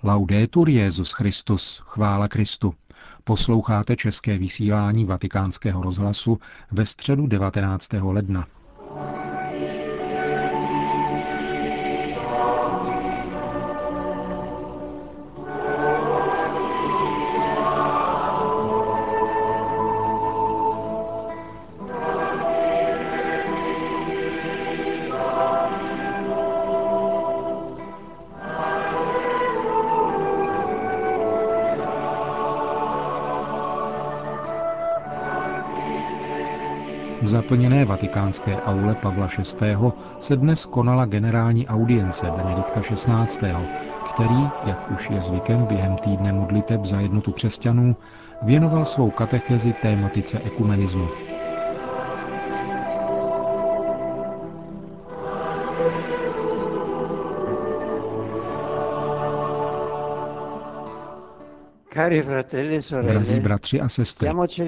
Laudetur Jesus Christus, chvála Kristu. Posloucháte české vysílání Vatikánského rozhlasu ve středu 19. ledna. V zaplněné vatikánské aule Pavla VI. Se dnes konala generální audience Benedikta XVI., který, jak už je zvykem během týdne modliteb za jednotu křesťanů, věnoval svou katechezi tématice ekumenismu. Drazí bratři a sestry,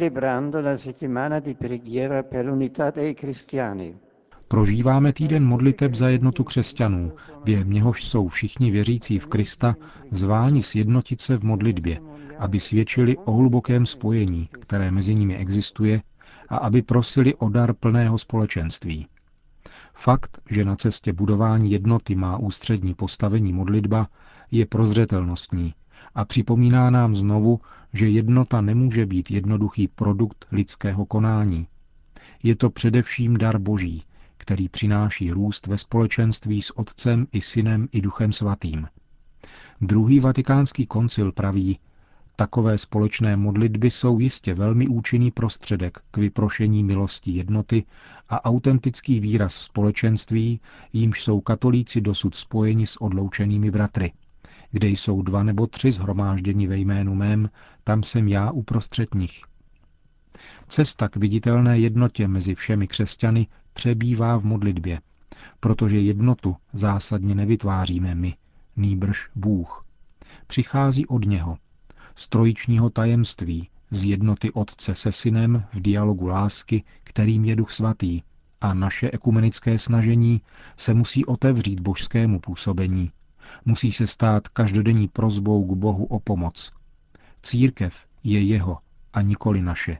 prožíváme týden modliteb za jednotu křesťanů, během něhož jsou všichni věřící v Krista zváni sjednotit se v modlitbě, aby svědčili o hlubokém spojení, které mezi nimi existuje, a aby prosili o dar plného společenství. Fakt, že na cestě budování jednoty má ústřední postavení modlitba, je prozřetelnostní a připomíná nám znovu, že jednota nemůže být jednoduchý produkt lidského konání. Je to především dar Boží, který přináší růst ve společenství s Otcem i Synem i Duchem Svatým. Druhý vatikánský koncil praví, takové společné modlitby jsou jistě velmi účinný prostředek k vyprošení milosti jednoty a autentický výraz společenství, jímž jsou katolíci dosud spojeni s odloučenými bratry. Kde jsou 2 nebo 3 shromážděni ve jménu mém, tam jsem já uprostřed nich. Cesta k viditelné jednotě mezi všemi křesťany přebývá v modlitbě, protože jednotu zásadně nevytváříme my, nýbrž Bůh. Přichází od něho, z trojičního tajemství, z jednoty Otce se Synem v dialogu lásky, kterým je Duch Svatý, a naše ekumenické snažení se musí otevřít božskému působení. Musí se stát každodenní prosbou k Bohu o pomoc. Církev je jeho a nikoli naše.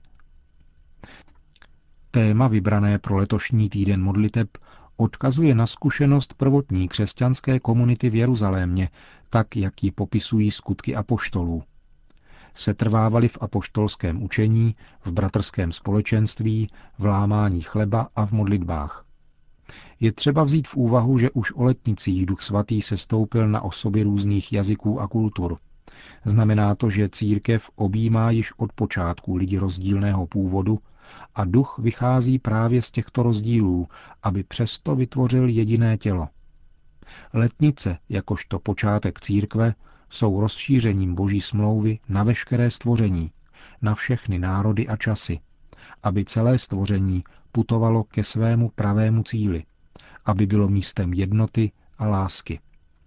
Téma vybrané pro letošní týden modliteb odkazuje na zkušenost prvotní křesťanské komunity v Jeruzalémě, tak jak ji popisují skutky apoštolů. Setrvávali v apoštolském učení, v bratrském společenství, v lámání chleba a v modlitbách. Je třeba vzít v úvahu, že už o letnicích Duch Svatý sestoupil na osoby různých jazyků a kultur. Znamená to, že církev objímá již od počátku lidi rozdílného původu a Duch vychází právě z těchto rozdílů, aby přesto vytvořil jediné tělo. Letnice, jakožto počátek církve, jsou rozšířením Boží smlouvy na veškeré stvoření, na všechny národy a časy, aby celé stvoření putovalo ke svému pravému cíli, aby bylo místem jednoty a lásky.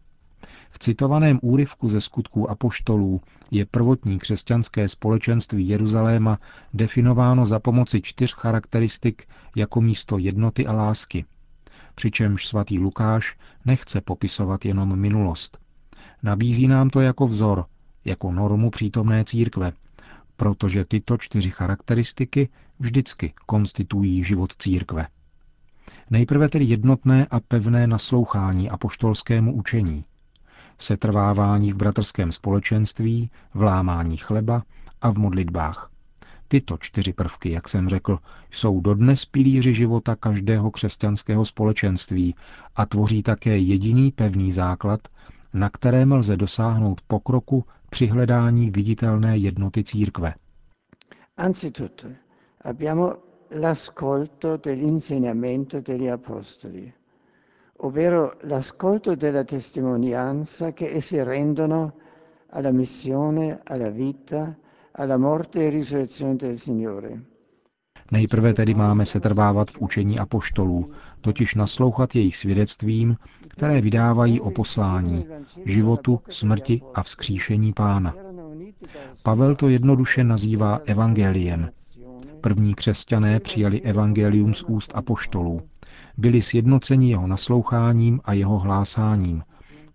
V citovaném úryvku ze skutků apoštolů je prvotní křesťanské společenství Jeruzaléma definováno za pomoci 4 charakteristik jako místo jednoty a lásky, přičemž svatý Lukáš nechce popisovat jenom minulost. Nabízí nám to jako vzor, jako normu přítomné církve, protože tyto 4 charakteristiky vždycky konstituují život církve. Nejprve tedy jednotné a pevné naslouchání apoštolskému učení, setrvávání v bratrském společenství, v lámání chleba a v modlitbách. Tyto 4 prvky, jak jsem řekl, jsou dodnes pilíři života každého křesťanského společenství a tvoří také jediný pevný základ, na kterém lze dosáhnout pokroku při hledání viditelné jednoty církve. Anzitutto, abbiamo l'ascolto dell'insegnamento degli apostoli, ovvero l'ascolto della testimonianza che essi rendono alla missione, alla vita, alla morte e risurrezione del Signore. Nejprve tedy máme setrvávat v učení apoštolů, totiž naslouchat jejich svědectvím, které vydávají o poslání, životu, smrti a vzkříšení Pána. Pavel to jednoduše nazývá evangeliem. První křesťané přijali evangelium z úst apoštolů. Byli sjednoceni jeho nasloucháním a jeho hlásáním,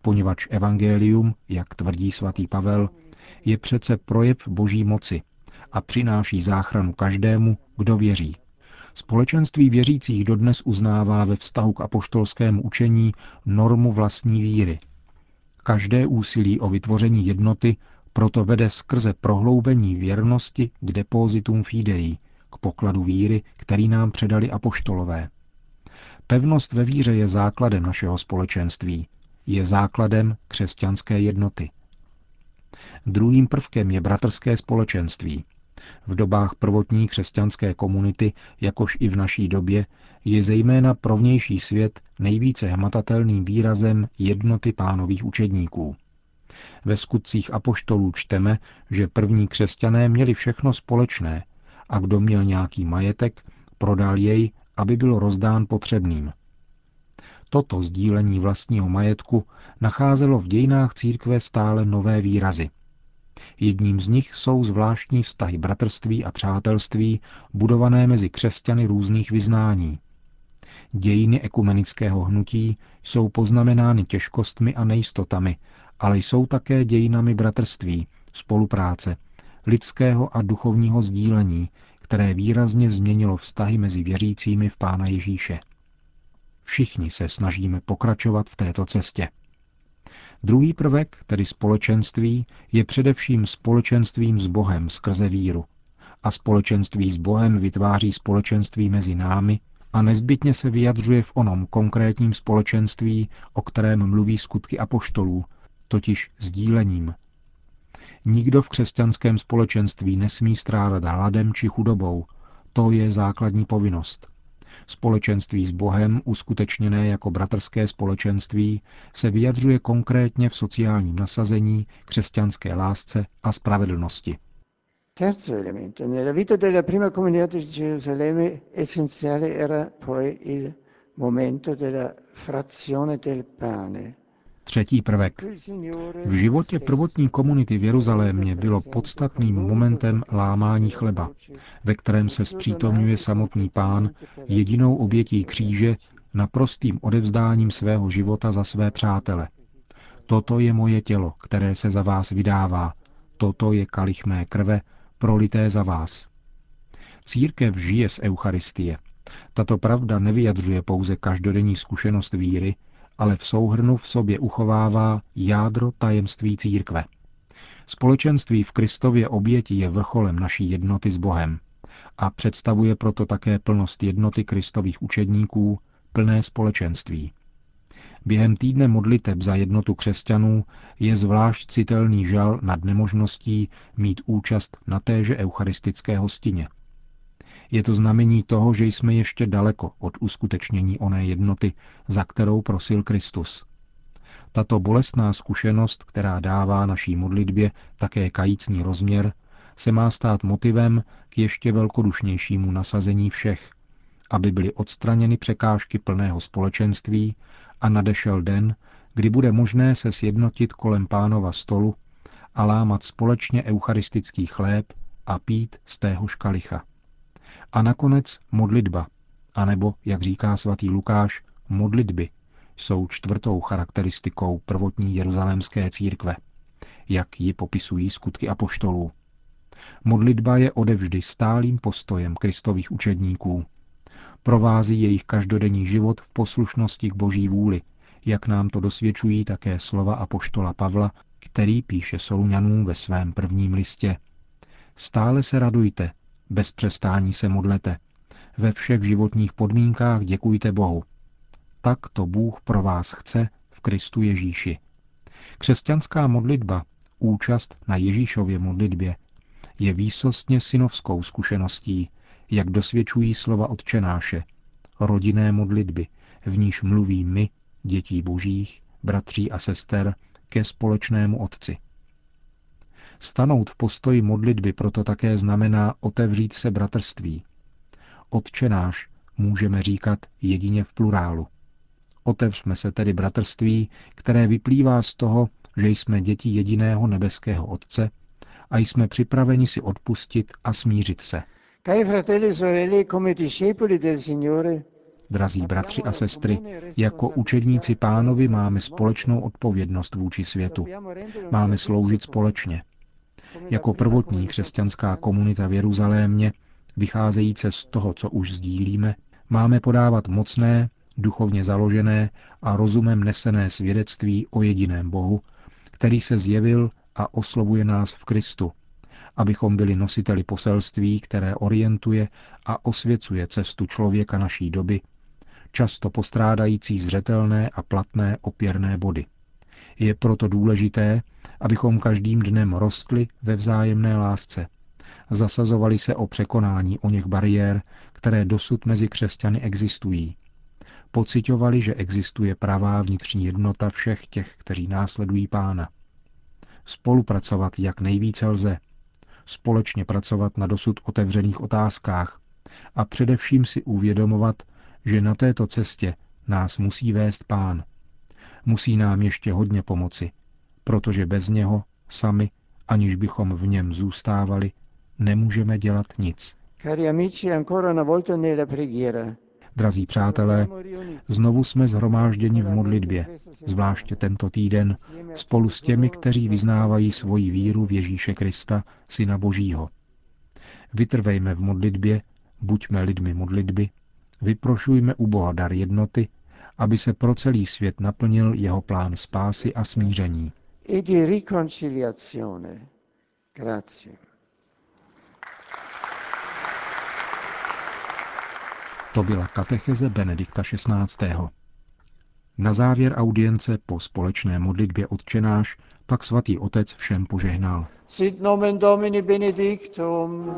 poněvadž evangelium, jak tvrdí svatý Pavel, je přece projev boží moci a přináší záchranu každému, kdo věří. Společenství věřících dodnes uznává ve vztahu k apoštolskému učení normu vlastní víry. Každé úsilí o vytvoření jednoty proto vede skrze prohloubení věrnosti k depositum fidei, k pokladu víry, který nám předali apoštolové. Pevnost ve víře je základem našeho společenství, je základem křesťanské jednoty. Druhým prvkem je bratrské společenství. V dobách prvotní křesťanské komunity, jakož i v naší době, je zejména pro vnější svět nejvíce hmatatelným výrazem jednoty Pánových učedníků. Ve skutcích apoštolů čteme, že první křesťané měli všechno společné a kdo měl nějaký majetek, prodal jej, aby byl rozdán potřebným. Toto sdílení vlastního majetku nacházelo v dějinách církve stále nové výrazy. Jedním z nich jsou zvláštní vztahy bratrství a přátelství budované mezi křesťany různých vyznání. Dějiny ekumenického hnutí jsou poznamenány těžkostmi a nejistotami, ale jsou také dějinami bratrství, spolupráce, lidského a duchovního sdílení, které výrazně změnilo vztahy mezi věřícími v Pána Ježíše. Všichni se snažíme pokračovat v této cestě. Druhý prvek, tedy společenství, je především společenstvím s Bohem skrze víru. A společenství s Bohem vytváří společenství mezi námi a nezbytně se vyjadřuje v onom konkrétním společenství, o kterém mluví skutky apoštolů, totiž sdílením. Nikdo v křesťanském společenství nesmí strádat hladem či chudobou. To je základní povinnost. Společenství s Bohem, uskutečněné jako bratrské společenství, se vyjadřuje konkrétně v sociálním nasazení, křesťanské lásce a spravedlnosti. Terzo elemento, nella vita della prima comunità di Gerusalemme essenziale era poi il momento della frazione del pane. Třetí prvek. V životě prvotní komunity v Jeruzalémě bylo podstatným momentem lámání chleba, ve kterém se zpřítomňuje samotný Pán jedinou obětí kříže naprostým odevzdáním svého života za své přátele. Toto je moje tělo, které se za vás vydává. Toto je kalich mé krve, prolité za vás. Církev žije z Eucharistie. Tato pravda nevyjadřuje pouze každodenní zkušenost víry, ale v souhrnu v sobě uchovává jádro tajemství církve. Společenství v Kristově oběti je vrcholem naší jednoty s Bohem a představuje proto také plnost jednoty Kristových učedníků, plné společenství. Během týdne modliteb za jednotu křesťanů je zvlášť citelný žal nad nemožností mít účast na téže eucharistické hostině. Je to znamení toho, že jsme ještě daleko od uskutečnění oné jednoty, za kterou prosil Kristus. Tato bolestná zkušenost, která dává naší modlitbě také kajícný rozměr, se má stát motivem k ještě velkodušnějšímu nasazení všech, aby byly odstraněny překážky plného společenství a nadešel den, kdy bude možné se sjednotit kolem Pánova stolu a lámat společně eucharistický chléb a pít z téhož kalicha. A nakonec modlitba, anebo, jak říká svatý Lukáš, modlitby, jsou čtvrtou charakteristikou prvotní jeruzalémské církve, jak ji popisují skutky apoštolů. Modlitba je odevždy stálým postojem Kristových učedníků. Provází jejich každodenní život v poslušnosti k Boží vůli, jak nám to dosvědčují také slova apoštola Pavla, který píše Soluňanům ve svém prvním listě. Stále se radujte, bez přestání se modlete, ve všech životních podmínkách děkujte Bohu. Tak to Bůh pro vás chce v Kristu Ježíši. Křesťanská modlitba, účast na Ježíšově modlitbě, je výsostně synovskou zkušeností, jak dosvědčují slova Otčenáše, rodinné modlitby, v níž mluví my, dětí božích, bratří a sester, ke společnému Otci. Stanout v postoji modlitby proto také znamená otevřít se bratrství. Otčenáš můžeme říkat jedině v plurálu. Otevřme se tedy bratrství, které vyplývá z toho, že jsme děti jediného nebeského Otce a jsme připraveni si odpustit a smířit se. Cari fratelli e sorelle, come discepoli del Signore, Drazí bratři a sestry, jako učedníci Pánovi máme společnou odpovědnost vůči světu. Máme sloužit společně. Jako prvotní křesťanská komunita v Jeruzalémě, vycházejíce z toho, co už sdílíme, máme podávat mocné, duchovně založené a rozumem nesené svědectví o jediném Bohu, který se zjevil a oslovuje nás v Kristu, abychom byli nositeli poselství, které orientuje a osvěcuje cestu člověka naší doby, často postrádající zřetelné a platné opěrné body. Je proto důležité, abychom každým dnem rostli ve vzájemné lásce, zasazovali se o překonání oněch bariér, které dosud mezi křesťany existují. Pociťovali, že existuje pravá vnitřní jednota všech těch, kteří následují Pána. Spolupracovat, jak nejvíce lze, společně pracovat na dosud otevřených otázkách a především si uvědomovat, že na této cestě nás musí vést Pán. Musí nám ještě hodně pomoci, protože bez něho sami, aniž bychom v něm zůstávali, nemůžeme dělat nic. Cari amici, ancora una volta nella preghiera. Drazí přátelé, znovu jsme shromážděni v modlitbě, zvláště tento týden, spolu s těmi, kteří vyznávají svoji víru v Ježíše Krista, Syna Božího. Vytrvejme v modlitbě, buďme lidmi modlitby, vyprošujme u Boha dar jednoty, aby se pro celý svět naplnil jeho plán spásy a smíření. E di riconciliazione. Grazie. To byla katecheze Benedikta XVI. Na závěr audience po společné modlitbě Otčenáš pak svatý otec všem požehnal. Sit nomen Domini benedictum.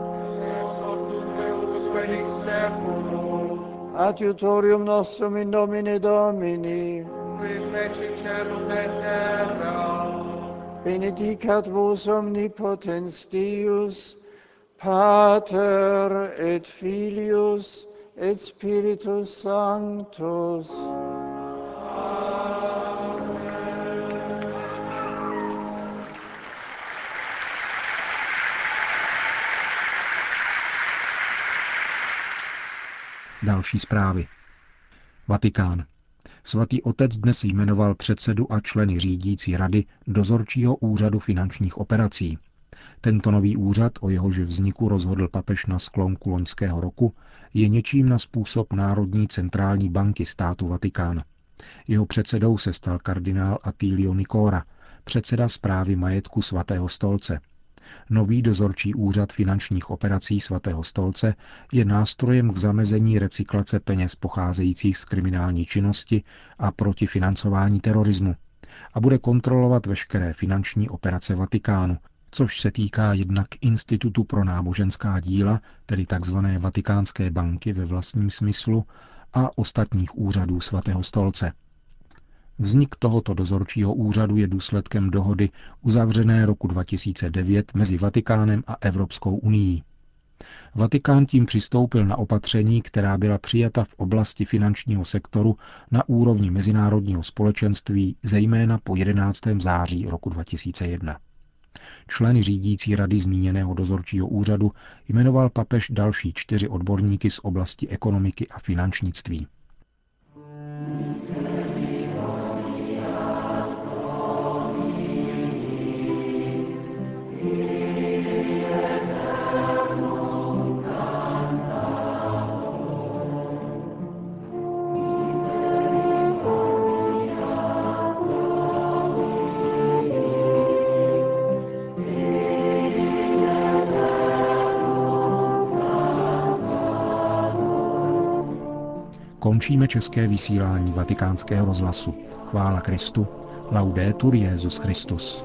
Adiutorium nostrum in nomine Domini. Qui feci celum et terra. Benedicat vos omnipotens Deus, Pater et Filius et Spiritus Sanctus. Další zprávy. Vatikán. Svatý otec dnes jmenoval předsedu a členy řídící rady dozorčího úřadu finančních operací. Tento nový úřad, o jehož vzniku rozhodl papež na sklonku loňského roku, je něčím na způsob Národní centrální banky státu Vatikán. Jeho předsedou se stal kardinál Attilio Nicora, předseda správy majetku Svatého stolce. Nový dozorčí úřad finančních operací Svatého stolce je nástrojem k zamezení recyklace peněz pocházejících z kriminální činnosti a proti financování terorismu a bude kontrolovat veškeré finanční operace Vatikánu, což se týká jednak Institutu pro náboženská díla, tedy tzv. Vatikánské banky ve vlastním smyslu, a ostatních úřadů Svatého stolce. Vznik tohoto dozorčího úřadu je důsledkem dohody uzavřené roku 2009 mezi Vatikánem a Evropskou unií. Vatikán tím přistoupil na opatření, která byla přijata v oblasti finančního sektoru na úrovni mezinárodního společenství, zejména po 11. září roku 2001. Členy řídící rady zmíněného dozorčího úřadu jmenoval papež další 4 odborníky z oblasti ekonomiky a finančnictví. Končíme české vysílání Vatikánského rozhlasu. Chvála Kristu. Laudetur Jesus Christus.